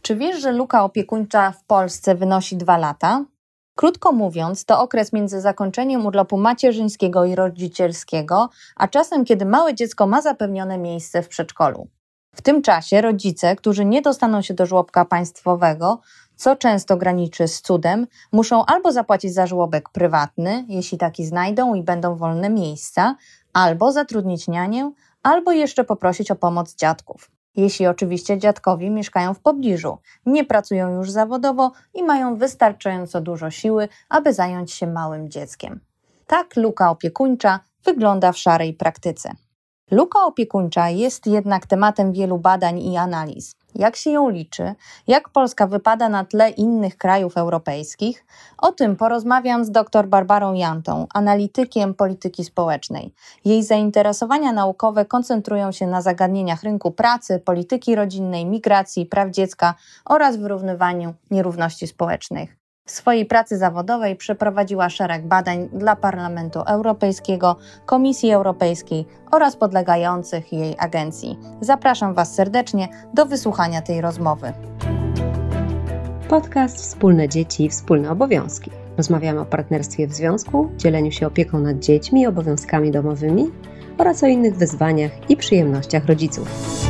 Czy wiesz, że luka opiekuńcza w Polsce wynosi 2 lata? Krótko mówiąc, to okres między zakończeniem urlopu macierzyńskiego i rodzicielskiego, a czasem, kiedy małe dziecko ma zapewnione miejsce w przedszkolu. W tym czasie rodzice, którzy nie dostaną się do żłobka państwowego, co często graniczy z cudem, muszą albo zapłacić za żłobek prywatny, jeśli taki znajdą i będą wolne miejsca, albo zatrudnić nianię, albo jeszcze poprosić o pomoc dziadków. Jeśli oczywiście dziadkowie mieszkają w pobliżu, nie pracują już zawodowo i mają wystarczająco dużo siły, aby zająć się małym dzieckiem. Tak luka opiekuńcza wygląda w szarej praktyce. Luka opiekuńcza jest jednak tematem wielu badań i analiz. Jak się ją liczy? Jak Polska wypada na tle innych krajów europejskich? O tym porozmawiam z dr Barbarą Jantą, analitykiem polityki społecznej. Jej zainteresowania naukowe koncentrują się na zagadnieniach rynku pracy, polityki rodzinnej, migracji, praw dziecka oraz wyrównywaniu nierówności społecznych. W swojej pracy zawodowej przeprowadziła szereg badań dla Parlamentu Europejskiego, Komisji Europejskiej oraz podlegających jej agencji. Zapraszam Was serdecznie do wysłuchania tej rozmowy. Podcast Wspólne Dzieci i Wspólne Obowiązki. Rozmawiamy o partnerstwie w związku, dzieleniu się opieką nad dziećmi i obowiązkami domowymi oraz o innych wyzwaniach i przyjemnościach rodziców.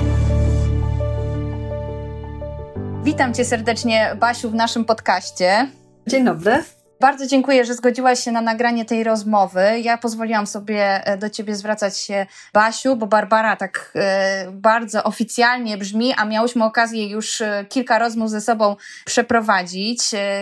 Witam Cię serdecznie, Basiu, w naszym podcaście. Dzień dobry. Bardzo dziękuję, że zgodziłaś się na nagranie tej rozmowy. Ja pozwoliłam sobie do Ciebie zwracać się Basiu, bo Barbara tak bardzo oficjalnie brzmi, a miałyśmy okazję już kilka rozmów ze sobą przeprowadzić,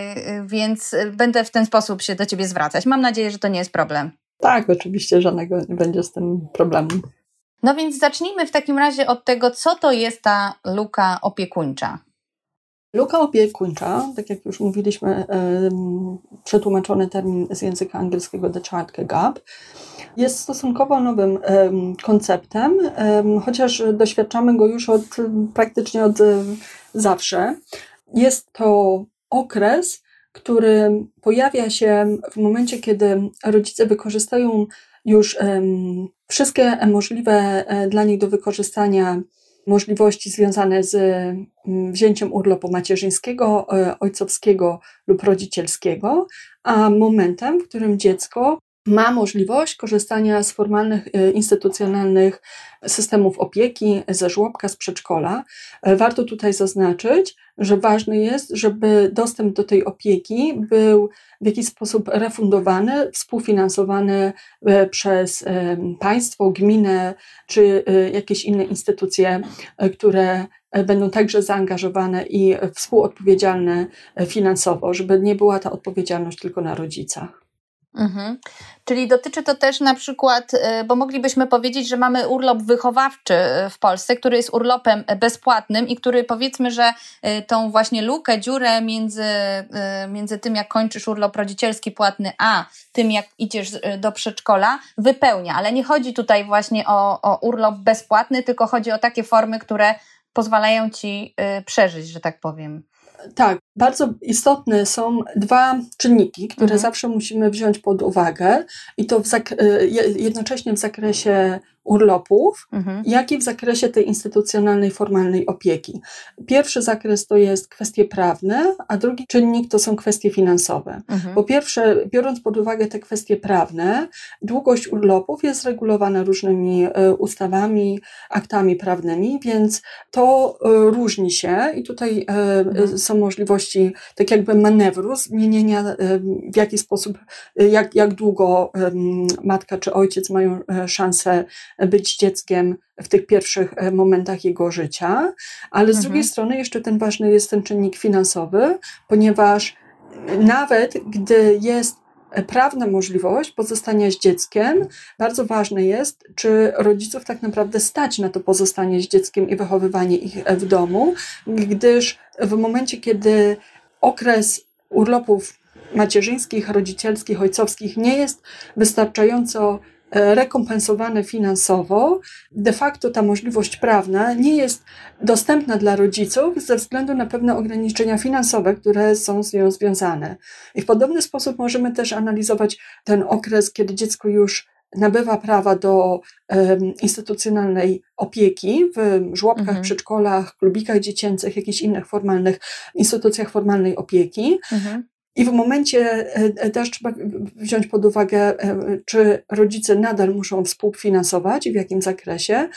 więc będę w ten sposób się do Ciebie zwracać. Mam nadzieję, że to nie jest problem. Tak, oczywiście żadnego nie będzie z tym problemu. No więc zacznijmy w takim razie od tego, co to jest ta luka opiekuńcza. Luka opiekuńcza, tak jak już mówiliśmy, przetłumaczony termin z języka angielskiego The Child Care Gap, jest stosunkowo nowym konceptem, chociaż doświadczamy go już praktycznie od zawsze. Jest to okres, który pojawia się w momencie, kiedy rodzice wykorzystają już wszystkie możliwe dla nich do wykorzystania możliwości związane z wzięciem urlopu macierzyńskiego, ojcowskiego lub rodzicielskiego, a momentem, w którym dziecko ma możliwość korzystania z formalnych, instytucjonalnych systemów opieki, ze żłobka, z przedszkola. Warto tutaj zaznaczyć, że ważne jest, żeby dostęp do tej opieki był w jakiś sposób refundowany, współfinansowany przez państwo, gminę czy jakieś inne instytucje, które będą także zaangażowane i współodpowiedzialne finansowo, żeby nie była ta odpowiedzialność tylko na rodzicach. Mhm. Czyli dotyczy to też na przykład, bo moglibyśmy powiedzieć, że mamy urlop wychowawczy w Polsce, który jest urlopem bezpłatnym i który, powiedzmy, że tą właśnie lukę, dziurę między tym, jak kończysz urlop rodzicielski płatny, a tym, jak idziesz do przedszkola, wypełnia. Ale nie chodzi tutaj właśnie o urlop bezpłatny, tylko chodzi o takie formy, które pozwalają Ci przeżyć, że tak powiem. Tak, bardzo istotne są 2 czynniki, które zawsze musimy wziąć pod uwagę i to jednocześnie w zakresie urlopów, jak i w zakresie tej instytucjonalnej, formalnej opieki. Pierwszy zakres to jest kwestie prawne, a drugi czynnik to są kwestie finansowe. Po pierwsze, biorąc pod uwagę te kwestie prawne, długość urlopów jest regulowana różnymi ustawami, aktami prawnymi, więc to różni się i tutaj są możliwości tak jakby manewru, zmienienia w jaki sposób, jak długo matka czy ojciec mają szansę być dzieckiem w tych pierwszych momentach jego życia, ale z drugiej strony jeszcze ważny jest ten czynnik finansowy, ponieważ nawet gdy jest prawna możliwość pozostania z dzieckiem, bardzo ważne jest, czy rodziców tak naprawdę stać na to pozostanie z dzieckiem i wychowywanie ich w domu, gdyż w momencie, kiedy okres urlopów macierzyńskich, rodzicielskich, ojcowskich nie jest wystarczająco rekompensowane finansowo, de facto ta możliwość prawna nie jest dostępna dla rodziców ze względu na pewne ograniczenia finansowe, które są z nią związane. I w podobny sposób możemy też analizować ten okres, kiedy dziecko już nabywa prawa do instytucjonalnej opieki w żłobkach, przedszkolach, klubikach dziecięcych, jakichś innych formalnych instytucjach formalnej opieki. I w momencie też trzeba wziąć pod uwagę, czy rodzice nadal muszą współfinansować i w jakim zakresie.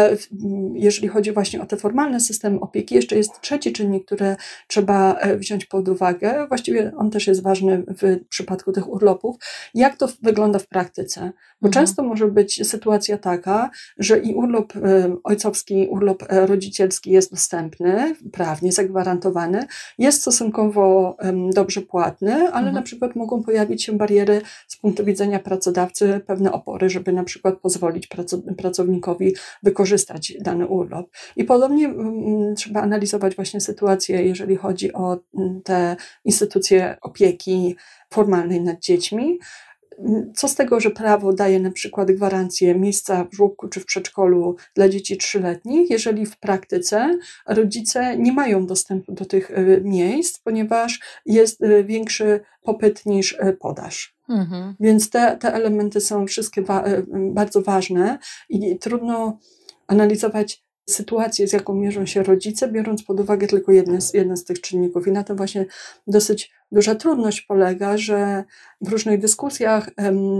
Jeżeli chodzi właśnie o te formalne systemy opieki, jeszcze jest trzeci czynnik, który trzeba wziąć pod uwagę. Właściwie on też jest ważny w przypadku tych urlopów. Jak to wygląda w praktyce? Bo często może być sytuacja taka, że i urlop ojcowski, urlop rodzicielski jest dostępny, prawnie zagwarantowany, jest stosunkowo dobrze płatny, ale na przykład mogą pojawić się bariery z punktu widzenia pracodawcy, pewne opory, żeby na przykład pozwolić pracownikowi wykorzystać dany urlop. I podobnie trzeba analizować właśnie sytuację, jeżeli chodzi o te instytucje opieki formalnej nad dziećmi. Co z tego, że prawo daje na przykład gwarancję miejsca w żłobku czy w przedszkolu dla dzieci 3-letnich, jeżeli w praktyce rodzice nie mają dostępu do tych miejsc, ponieważ jest większy popyt niż podaż. Więc te elementy są wszystkie bardzo ważne i trudno analizować sytuację, z jaką mierzą się rodzice, biorąc pod uwagę tylko jeden z tych czynników. I na tym właśnie dosyć duża trudność polega, że w różnych dyskusjach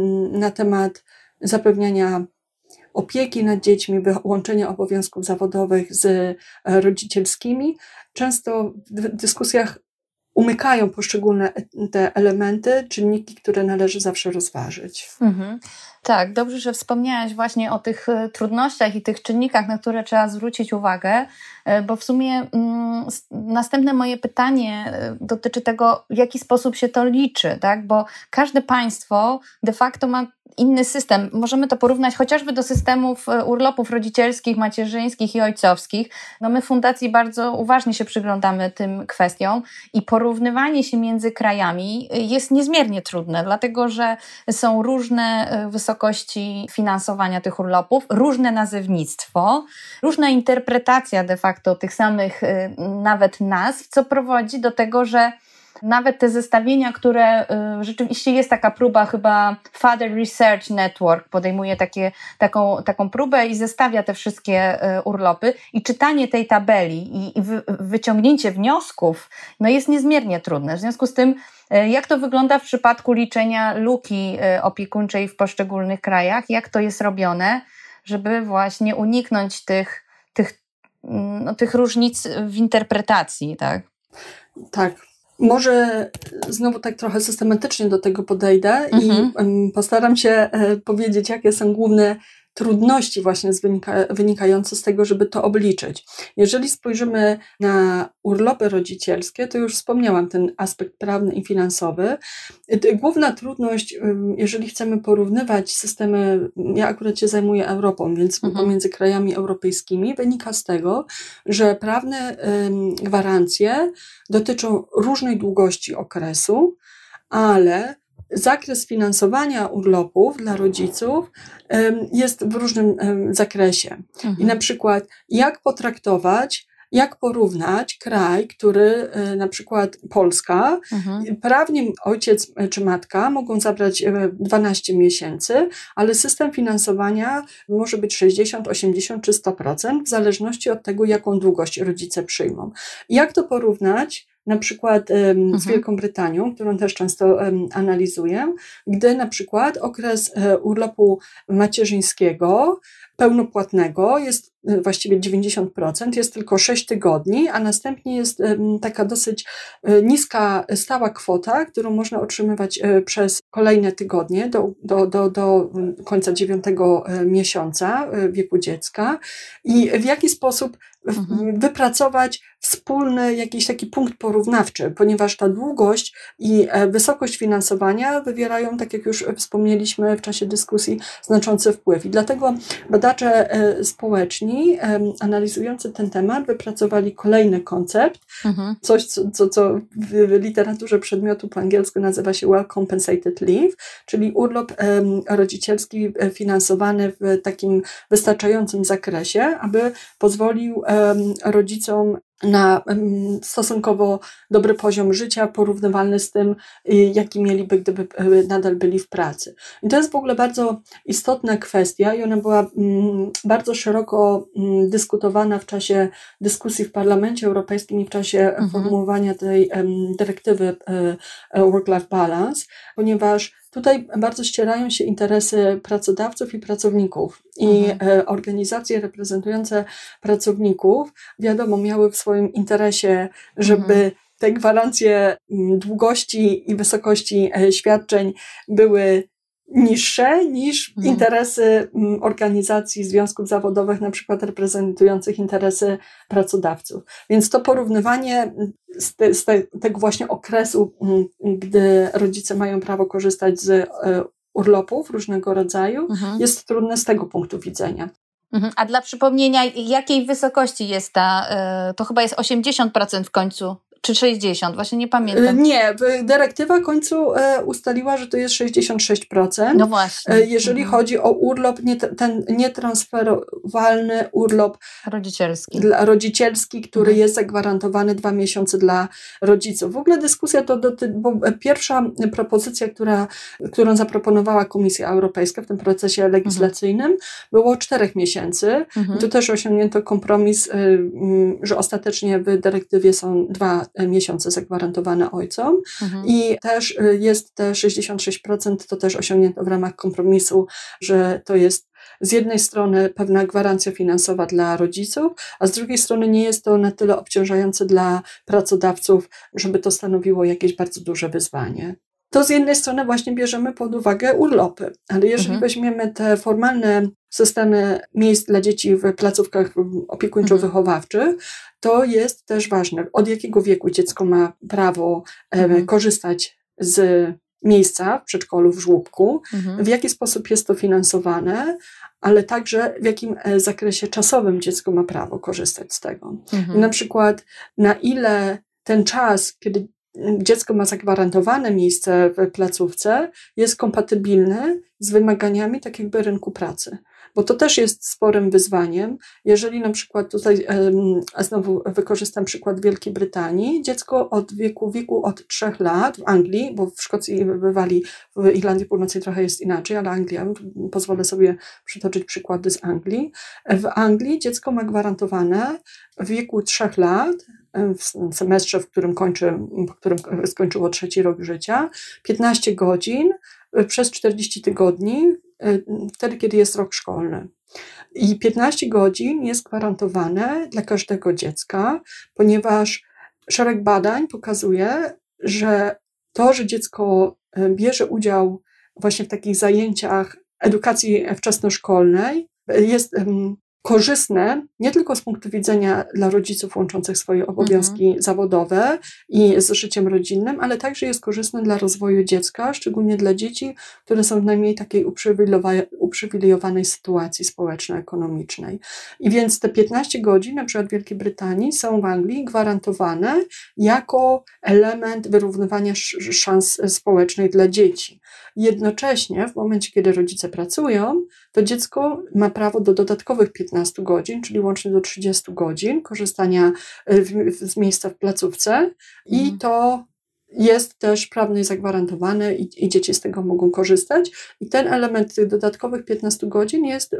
na temat zapewniania opieki nad dziećmi, łączenia obowiązków zawodowych z rodzicielskimi, często w dyskusjach umykają poszczególne te elementy, czynniki, które należy zawsze rozważyć. Tak, dobrze, że wspomniałaś właśnie o tych trudnościach i tych czynnikach, na które trzeba zwrócić uwagę, bo w sumie następne moje pytanie dotyczy tego, w jaki sposób się to liczy, tak? Bo każde państwo de facto ma inny system. Możemy to porównać chociażby do systemów urlopów rodzicielskich, macierzyńskich i ojcowskich. No my w fundacji bardzo uważnie się przyglądamy tym kwestiom i porównywanie się między krajami jest niezmiernie trudne, dlatego że są różne wysokości finansowania tych urlopów, różne nazewnictwo, różna interpretacja de facto tych samych nawet nazw, co prowadzi do tego, że nawet te zestawienia, które rzeczywiście jest taka próba, chyba Father Research Network podejmuje taką próbę i zestawia te wszystkie urlopy i czytanie tej tabeli i wyciągnięcie wniosków no jest niezmiernie trudne. W związku z tym, jak to wygląda w przypadku liczenia luki opiekuńczej w poszczególnych krajach, jak to jest robione, żeby właśnie uniknąć tych różnic w interpretacji, tak? Tak. Może znowu tak trochę systematycznie do tego podejdę i postaram się powiedzieć, jakie są główne trudności właśnie wynikające z tego, żeby to obliczyć. Jeżeli spojrzymy na urlopy rodzicielskie, to już wspomniałam ten aspekt prawny i finansowy. Główna trudność, jeżeli chcemy porównywać systemy, ja akurat się zajmuję Europą, więc pomiędzy krajami europejskimi, wynika z tego, że prawne gwarancje dotyczą różnej długości okresu, ale zakres finansowania urlopów dla rodziców jest w różnym zakresie. I na przykład jak porównać kraj, który na przykład Polska, prawnie ojciec czy matka mogą zabrać 12 miesięcy, ale system finansowania może być 60, 80 czy 100%, w zależności od tego, jaką długość rodzice przyjmą. Jak to porównać na przykład z Wielką Brytanią, którą też często analizuję, gdy na przykład okres urlopu macierzyńskiego pełnopłatnego jest właściwie 90%, jest tylko 6 tygodni, a następnie jest taka dosyć niska, stała kwota, którą można otrzymywać przez kolejne tygodnie do końca 9 miesiąca wieku dziecka i w jaki sposób wypracować wspólny jakiś taki punkt porównawczy, ponieważ ta długość i wysokość finansowania wywierają, tak jak już wspomnieliśmy w czasie dyskusji, znaczący wpływ. I dlatego badacze społeczni analizujący ten temat wypracowali kolejny koncept, coś co w literaturze przedmiotu po angielsku nazywa się Well Compensated Leave, czyli urlop rodzicielski finansowany w takim wystarczającym zakresie, aby pozwolił rodzicom na stosunkowo dobry poziom życia, porównywalny z tym, jaki mieliby, gdyby nadal byli w pracy. I to jest w ogóle bardzo istotna kwestia i ona była bardzo szeroko dyskutowana w czasie dyskusji w Parlamencie Europejskim i w czasie formułowania tej dyrektywy Work-Life Balance, ponieważ tutaj bardzo ścierają się interesy pracodawców i pracowników. I organizacje reprezentujące pracowników, wiadomo, miały w swoim interesie, żeby te gwarancje długości i wysokości świadczeń były niższe niż interesy organizacji, związków zawodowych, na przykład reprezentujących interesy pracodawców. Więc to porównywanie z tego właśnie okresu, gdy rodzice mają prawo korzystać z urlopów różnego rodzaju, jest trudne z tego punktu widzenia. A dla przypomnienia, jakiej wysokości jest to chyba jest 80% w końcu, czy 60%? Właśnie nie pamiętam. Nie, dyrektywa w końcu ustaliła, że to jest 66%. No właśnie. Jeżeli chodzi o urlop, ten nietransferowalny urlop rodzicielski, który jest zagwarantowany 2 miesiące dla rodziców. W ogóle dyskusja bo pierwsza propozycja, którą zaproponowała Komisja Europejska w tym procesie legislacyjnym, było 4 miesięcy. Tu też osiągnięto kompromis, że ostatecznie w dyrektywie są 2 miesiące zagwarantowane ojcom i też jest te 66%, to też osiągnięto w ramach kompromisu, że to jest z jednej strony pewna gwarancja finansowa dla rodziców, a z drugiej strony nie jest to na tyle obciążające dla pracodawców, żeby to stanowiło jakieś bardzo duże wyzwanie. To z jednej strony właśnie bierzemy pod uwagę urlopy, ale jeżeli weźmiemy te formalne systemy miejsc dla dzieci w placówkach opiekuńczo-wychowawczych, to jest też ważne, od jakiego wieku dziecko ma prawo korzystać z miejsca w przedszkolu, w żłobku, w jaki sposób jest to finansowane, ale także w jakim zakresie czasowym dziecko ma prawo korzystać z tego. Na przykład na ile ten czas, kiedy dziecko ma zagwarantowane miejsce w placówce, jest kompatybilny z wymaganiami tak jakby rynku pracy. Bo to też jest sporym wyzwaniem. Jeżeli na przykład tutaj, znowu wykorzystam przykład Wielkiej Brytanii, dziecko od wieku od 3 lat w Anglii, bo w Szkocji bywali, w Irlandii Północnej trochę jest inaczej, ale Anglia, pozwolę sobie przytoczyć przykłady z Anglii. W Anglii dziecko ma gwarantowane w wieku 3 lat, w semestrze, po którym skończyło 3. rok życia, 15 godzin przez 40 tygodni, wtedy, kiedy jest rok szkolny. I 15 godzin jest gwarantowane dla każdego dziecka, ponieważ szereg badań pokazuje, że to, że dziecko bierze udział właśnie w takich zajęciach edukacji wczesnoszkolnej, jest korzystne nie tylko z punktu widzenia dla rodziców łączących swoje obowiązki zawodowe i z życiem rodzinnym, ale także jest korzystne dla rozwoju dziecka, szczególnie dla dzieci, które są w najmniej takiej uprzywilejowanej sytuacji społeczno-ekonomicznej. I więc te 15 godzin, na przykład w Wielkiej Brytanii, są w Anglii gwarantowane jako element wyrównywania szans społecznych dla dzieci. Jednocześnie w momencie, kiedy rodzice pracują, to dziecko ma prawo do dodatkowych 15 godzin, czyli łącznie do 30 godzin korzystania z miejsca w placówce i to jest też prawnie zagwarantowane i dzieci z tego mogą korzystać. I ten element tych dodatkowych 15 godzin jest,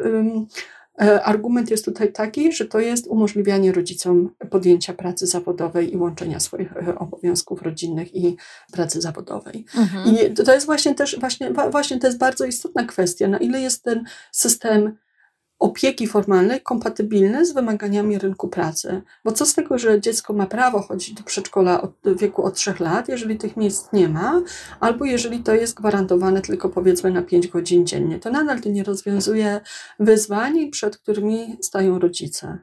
argument jest tutaj taki, że to jest umożliwianie rodzicom podjęcia pracy zawodowej i łączenia swoich obowiązków rodzinnych i pracy zawodowej. I to jest właśnie to jest bardzo istotna kwestia, na ile jest ten system opieki formalnej kompatybilny z wymaganiami rynku pracy. Bo co z tego, że dziecko ma prawo chodzić do przedszkola w wieku od 3 lat, jeżeli tych miejsc nie ma, albo jeżeli to jest gwarantowane tylko powiedzmy na 5 godzin dziennie. To nadal to nie rozwiązuje wyzwań, przed którymi stają rodzice.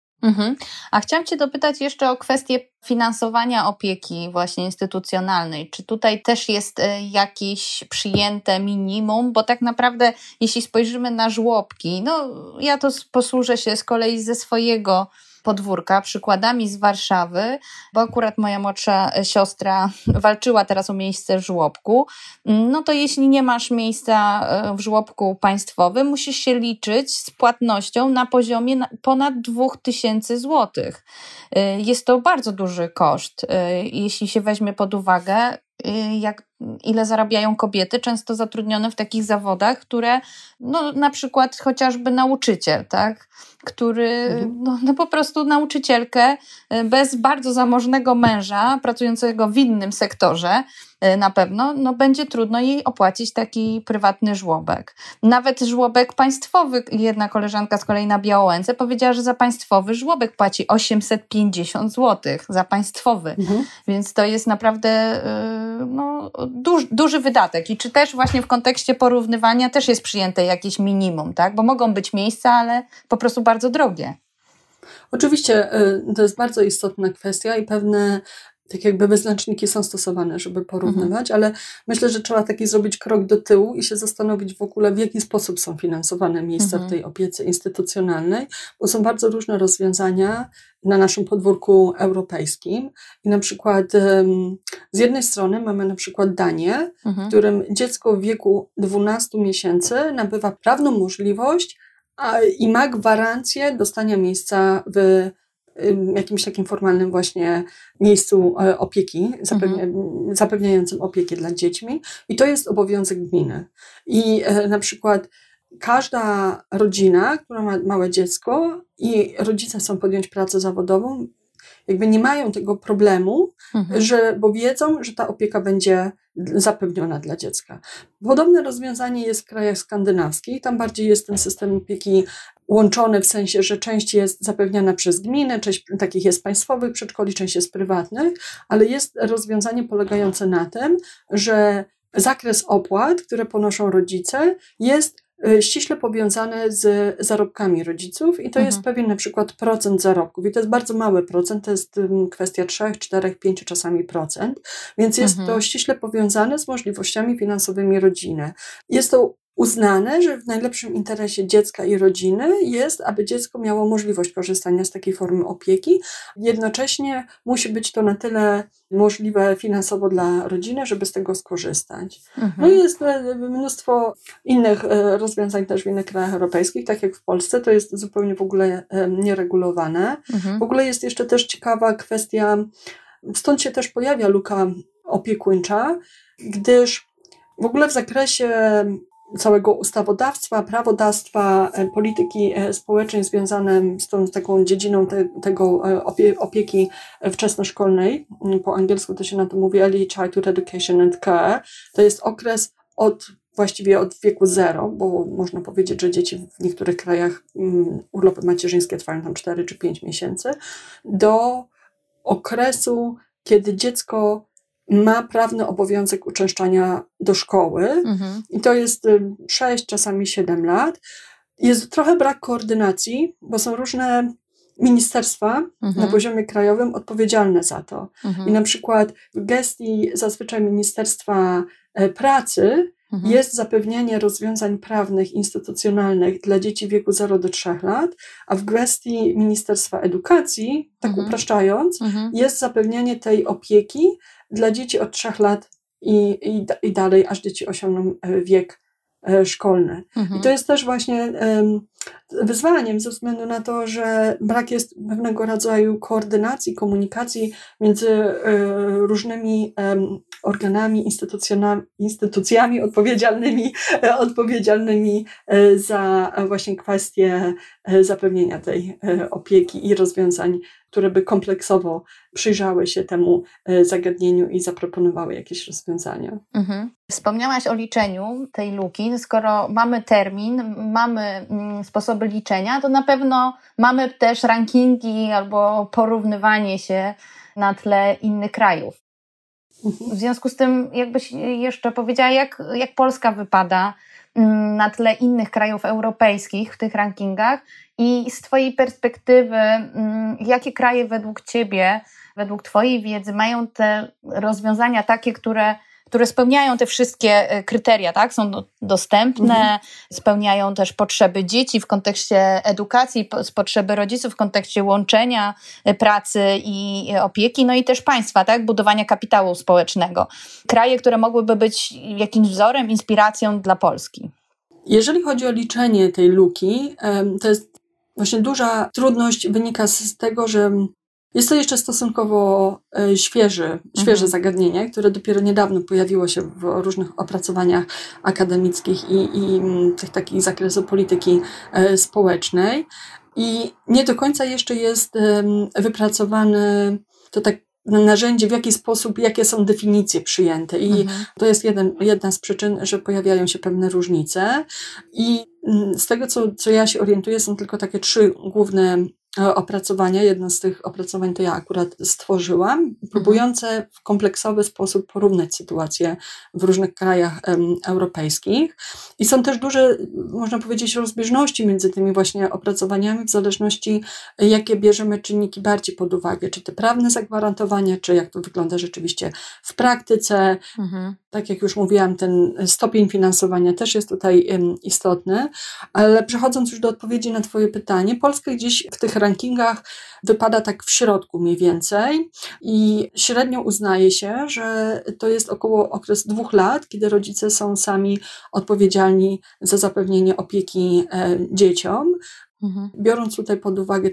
A chciałam Cię dopytać jeszcze o kwestię finansowania opieki właśnie instytucjonalnej. Czy tutaj też jest jakieś przyjęte minimum? Bo tak naprawdę, jeśli spojrzymy na żłobki, no ja to posłużę się z kolei ze swojego podwórka, przykładami z Warszawy, bo akurat moja młodsza siostra walczyła teraz o miejsce w żłobku, no to jeśli nie masz miejsca w żłobku państwowym, musisz się liczyć z płatnością na poziomie ponad 2000 złotych. Jest to bardzo duży koszt, jeśli się weźmie pod uwagę, ile zarabiają kobiety, często zatrudnione w takich zawodach, które, no na przykład chociażby nauczyciel, tak, który, no po prostu nauczycielkę bez bardzo zamożnego męża, pracującego w innym sektorze, na pewno, no będzie trudno jej opłacić taki prywatny żłobek. Nawet żłobek państwowy, jedna koleżanka z kolei na Białołęce powiedziała, że za państwowy żłobek płaci 850 zł, za państwowy, więc to jest naprawdę duży wydatek. I czy też właśnie w kontekście porównywania też jest przyjęte jakieś minimum, tak? Bo mogą być miejsca, ale po prostu bardzo drogie. Oczywiście to jest bardzo istotna kwestia i pewne tak jakby wyznaczniki są stosowane, żeby porównywać, ale myślę, że trzeba taki zrobić krok do tyłu i się zastanowić w ogóle, w jaki sposób są finansowane miejsca w tej opiece instytucjonalnej, bo są bardzo różne rozwiązania na naszym podwórku europejskim. I na przykład z jednej strony mamy na przykład Danię, w którym dziecko w wieku 12 miesięcy nabywa prawną możliwość i ma gwarancję dostania miejsca w jakimś takim formalnym właśnie miejscu opieki, zapewniającym opiekę dla dziećmi. I to jest obowiązek gminy. I na przykład każda rodzina, która ma małe dziecko i rodzice chcą podjąć pracę zawodową, jakby nie mają tego problemu, bo wiedzą, że ta opieka będzie zapewniona dla dziecka. Podobne rozwiązanie jest w krajach skandynawskich. Tam bardziej jest ten system opieki łączony w sensie, że część jest zapewniana przez gminę, część takich jest państwowych przedszkoli, część jest prywatnych, ale jest rozwiązanie polegające na tym, że zakres opłat, które ponoszą rodzice, jest ściśle powiązane z zarobkami rodziców i to jest pewien na przykład procent zarobków i to jest bardzo mały procent, to jest kwestia 3, 4, 5 czasami procent, więc jest to ściśle powiązane z możliwościami finansowymi rodziny. Jest to uznane, że w najlepszym interesie dziecka i rodziny jest, aby dziecko miało możliwość korzystania z takiej formy opieki. Jednocześnie musi być to na tyle możliwe finansowo dla rodziny, żeby z tego skorzystać. No i jest mnóstwo innych rozwiązań też w innych krajach europejskich, tak jak w Polsce, to jest zupełnie w ogóle nieregulowane. W ogóle jest jeszcze też ciekawa kwestia, stąd się też pojawia luka opiekuńcza, gdyż w ogóle w zakresie całego ustawodawstwa, prawodawstwa, polityki społecznej związane z tą taką dziedziną tego opieki wczesnoszkolnej, po angielsku to się na to mówi Early Childhood Education and Care, to jest okres właściwie od wieku 0, bo można powiedzieć, że dzieci w niektórych krajach urlopy macierzyńskie trwają tam 4 czy 5 miesięcy, do okresu, kiedy dziecko ma prawny obowiązek uczęszczania do szkoły i to jest 6, czasami 7 lat. Jest trochę brak koordynacji, bo są różne ministerstwa na poziomie krajowym odpowiedzialne za to. I na przykład w gestii zazwyczaj Ministerstwa Pracy jest zapewnianie rozwiązań prawnych, instytucjonalnych dla dzieci w wieku 0 do 3 lat, a w gestii Ministerstwa Edukacji, tak upraszczając, jest zapewnianie tej opieki dla dzieci od 3 lat i dalej, aż dzieci osiągną wiek szkolny. I to jest też właśnie wyzwaniem ze względu na to, że brak jest pewnego rodzaju koordynacji, komunikacji między różnymi organami, instytucjami odpowiedzialnymi za właśnie kwestię zapewnienia tej opieki i rozwiązań, które by kompleksowo przyjrzały się temu zagadnieniu i zaproponowały jakieś rozwiązania. Wspomniałaś o liczeniu tej luki. Skoro mamy termin, mamy sposoby liczenia, to na pewno mamy też rankingi albo porównywanie się na tle innych krajów. W związku z tym, jakbyś jeszcze powiedziała, jak Polska wypada na tle innych krajów europejskich w tych rankingach i z Twojej perspektywy, jakie kraje według Ciebie, według Twojej wiedzy mają te rozwiązania takie, które które spełniają te wszystkie kryteria, tak? Są dostępne, spełniają też potrzeby dzieci w kontekście edukacji, potrzeby rodziców w kontekście łączenia pracy i opieki, no i też państwa, tak? Budowania kapitału społecznego. Kraje, które mogłyby być jakimś wzorem, inspiracją dla Polski. Jeżeli chodzi o liczenie tej luki, to jest właśnie duża trudność, wynika z tego, że jest to jeszcze stosunkowo świeże zagadnienie, które dopiero niedawno pojawiło się w różnych opracowaniach akademickich i tych takich zakresu polityki społecznej. I nie do końca jeszcze jest wypracowany to tak narzędzie, w jaki sposób, jakie są definicje przyjęte. I to jest jedna z przyczyn, że pojawiają się pewne różnice. I z tego, co ja się orientuję, są tylko takie 3 główne opracowania. Jedno z tych opracowań to ja akurat stworzyłam, próbujące w kompleksowy sposób porównać sytuację w różnych krajach europejskich. I są też duże, można powiedzieć, rozbieżności między tymi właśnie opracowaniami, w zależności jakie bierzemy czynniki bardziej pod uwagę, czy te prawne zagwarantowania, czy jak to wygląda rzeczywiście w praktyce. Tak jak już mówiłam, ten stopień finansowania też jest tutaj istotny, ale przechodząc już do odpowiedzi na Twoje pytanie, Polska gdzieś w tych rankingach wypada tak w środku mniej więcej i średnio uznaje się, że to jest około okres 2 lat, kiedy rodzice są sami odpowiedzialni za zapewnienie opieki dzieciom. Biorąc tutaj pod uwagę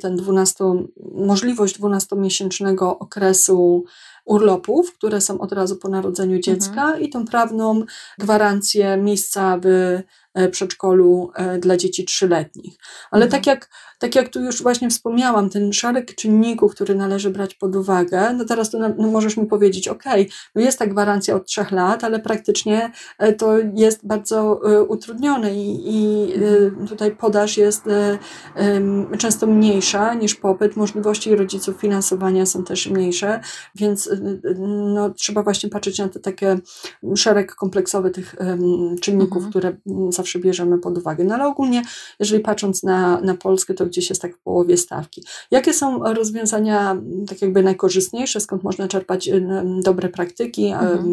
możliwość 12-miesięcznego okresu urlopów, które są od razu po narodzeniu dziecka i tą prawną gwarancję miejsca w przedszkolu dla dzieci 3-letnich. Ale tak jak tu już właśnie wspomniałam, ten szereg czynników, który należy brać pod uwagę, no teraz tu możesz mi powiedzieć, no jest ta gwarancja od 3 lat, ale praktycznie to jest bardzo utrudnione i tutaj podaż jest często mniejsza niż popyt, możliwości rodziców finansowania są też mniejsze, więc no, trzeba właśnie patrzeć na te takie szereg kompleksowy tych czynników, które zawsze bierzemy pod uwagę. No ale ogólnie, jeżeli patrząc na Polskę, to gdzieś jest tak w połowie stawki. Jakie są rozwiązania tak jakby najkorzystniejsze, skąd można czerpać dobre praktyki?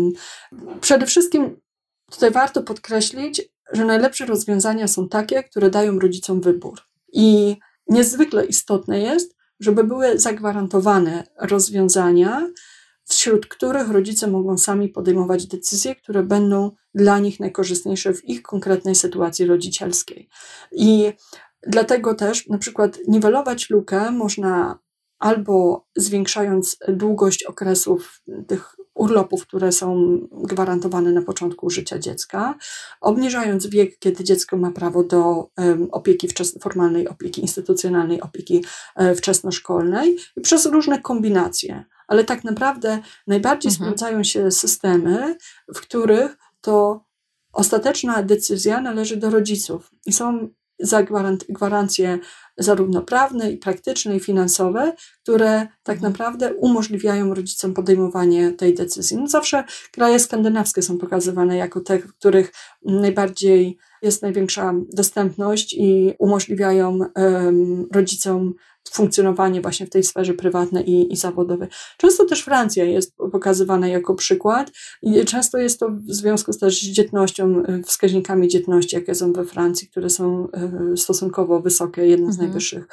Przede wszystkim tutaj warto podkreślić, że najlepsze rozwiązania są takie, które dają rodzicom wybór. I niezwykle istotne jest, żeby były zagwarantowane rozwiązania, wśród których rodzice mogą sami podejmować decyzje, które będą dla nich najkorzystniejsze w ich konkretnej sytuacji rodzicielskiej. I dlatego też na przykład niwelować lukę można albo zwiększając długość okresów tych urlopów, które są gwarantowane na początku życia dziecka, obniżając wiek, kiedy dziecko ma prawo do opieki formalnej opieki instytucjonalnej, opieki wczesnoszkolnej i przez różne kombinacje. Ale tak naprawdę najbardziej sprawdzają się systemy, w których to ostateczna decyzja należy do rodziców i są gwarancje zarówno prawne, i praktyczne, i finansowe, które tak naprawdę umożliwiają rodzicom podejmowanie tej decyzji. No zawsze kraje skandynawskie są pokazywane jako te, w których najbardziej jest największa dostępność i umożliwiają rodzicom funkcjonowanie właśnie w tej sferze prywatnej i zawodowej. Często też Francja jest pokazywana jako przykład i często jest to w związku też z dzietnością, wskaźnikami dzietności, jakie są we Francji, które są stosunkowo wysokie, jedne z najwyższych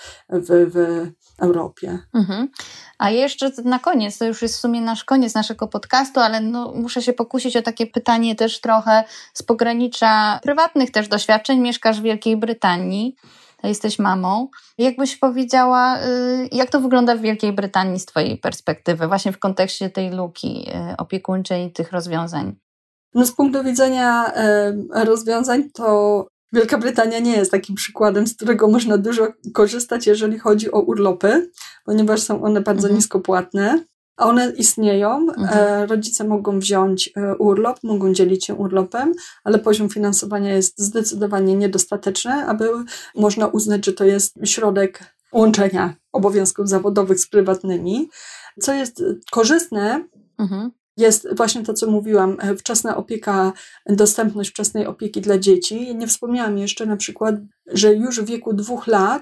w Europie. A jeszcze na koniec, to już jest w sumie nasz koniec naszego podcastu, ale no, muszę się pokusić o takie pytanie też trochę z pogranicza prywatnych też doświadczeń. Mieszkasz w Wielkiej Brytanii. Jesteś mamą. Jak byś powiedziała, jak to wygląda w Wielkiej Brytanii z Twojej perspektywy, właśnie w kontekście tej luki opiekuńczej i tych rozwiązań? No z punktu widzenia rozwiązań to Wielka Brytania nie jest takim przykładem, z którego można dużo korzystać, jeżeli chodzi o urlopy, ponieważ są one bardzo niskopłatne. A one istnieją, rodzice mogą wziąć urlop, mogą dzielić się urlopem, ale poziom finansowania jest zdecydowanie niedostateczny, aby można uznać, że to jest środek łączenia obowiązków zawodowych z prywatnymi. Co jest korzystne, jest właśnie to, co mówiłam, wczesna opieka, dostępność wczesnej opieki dla dzieci. Nie wspomniałam jeszcze na przykład, że już w wieku 2 lat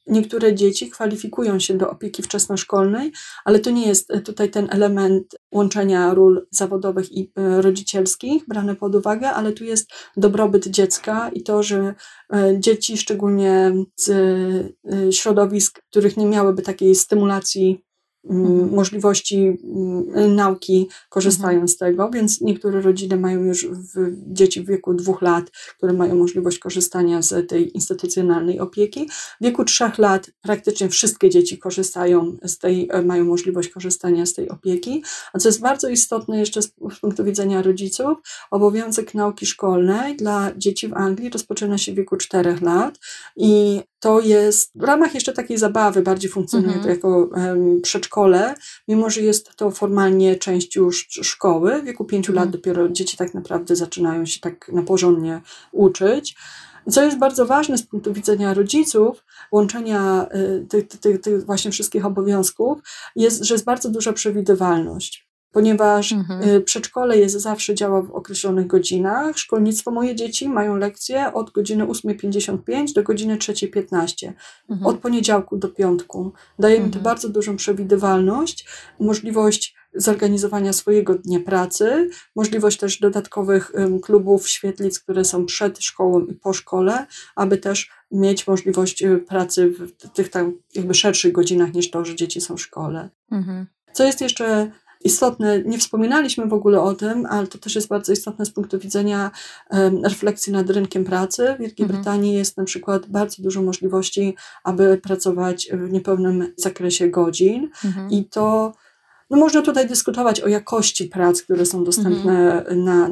niektóre dzieci kwalifikują się do opieki wczesnoszkolnej, ale to nie jest tutaj ten element łączenia ról zawodowych i rodzicielskich brany pod uwagę, ale tu jest dobrobyt dziecka i to, że dzieci, szczególnie z środowisk, których nie miałyby takiej stymulacji, możliwości nauki, korzystają z tego, więc niektóre rodziny mają już dzieci w wieku 2 lat, które mają możliwość korzystania z tej instytucjonalnej opieki. W wieku 3 lat praktycznie wszystkie dzieci korzystają mają możliwość korzystania z tej opieki. A co jest bardzo istotne jeszcze z punktu widzenia rodziców, obowiązek nauki szkolnej dla dzieci w Anglii rozpoczyna się w wieku 4 lat i to jest w ramach jeszcze takiej zabawy, bardziej funkcjonuje to jako przedszkole, mimo że jest to formalnie część już szkoły. W wieku 5 lat dopiero dzieci tak naprawdę zaczynają się tak na porządnie uczyć. Co jest bardzo ważne z punktu widzenia rodziców, łączenia tych właśnie wszystkich obowiązków, jest, że jest bardzo duża przewidywalność. Ponieważ przedszkole zawsze działa w określonych godzinach. Szkolnictwo moje dzieci mają lekcje od godziny 8:55 do godziny 3:15. Od poniedziałku do piątku. Daje mi to bardzo dużą przewidywalność, możliwość zorganizowania swojego dnia pracy, możliwość też dodatkowych klubów, świetlic, które są przed szkołą i po szkole, aby też mieć możliwość pracy w tych tam jakby szerszych godzinach niż to, że dzieci są w szkole. Co jest jeszcze istotne, nie wspominaliśmy w ogóle o tym, ale to też jest bardzo istotne z punktu widzenia refleksji nad rynkiem pracy. W Wielkiej Brytanii jest na przykład bardzo dużo możliwości, aby pracować w niepełnym zakresie godzin i to można tutaj dyskutować o jakości prac, które są dostępne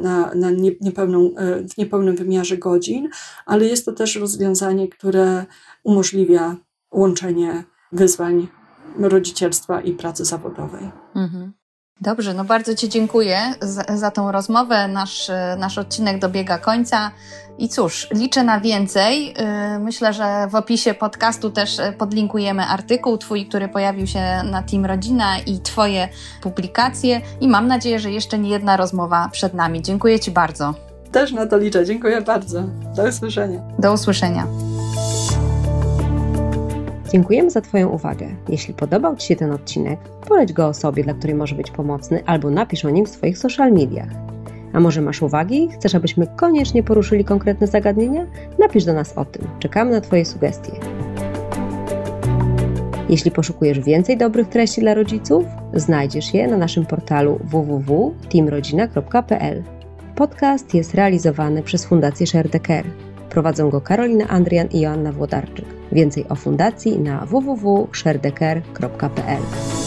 w niepełnym wymiarze godzin, ale jest to też rozwiązanie, które umożliwia łączenie wyzwań rodzicielstwa i pracy zawodowej. Dobrze, bardzo Ci dziękuję za tą rozmowę. Nasz odcinek dobiega końca i cóż, liczę na więcej. Myślę, że w opisie podcastu też podlinkujemy artykuł Twój, który pojawił się na Team Rodzina i Twoje publikacje i mam nadzieję, że jeszcze nie jedna rozmowa przed nami. Dziękuję Ci bardzo. Też na to liczę. Dziękuję bardzo. Do usłyszenia. Do usłyszenia. Dziękujemy za Twoją uwagę. Jeśli podobał Ci się ten odcinek, poleć go osobie, dla której może być pomocny, albo napisz o nim w swoich social mediach. A może masz uwagi? Chcesz, abyśmy koniecznie poruszyli konkretne zagadnienia? Napisz do nas o tym. Czekamy na Twoje sugestie. Jeśli poszukujesz więcej dobrych treści dla rodziców, znajdziesz je na naszym portalu www.teamrodzina.pl. Podcast jest realizowany przez Fundację Share the Care. Prowadzą go Karolina Andrian i Joanna Włodarczyk. Więcej o fundacji na www.sharedecare.pl.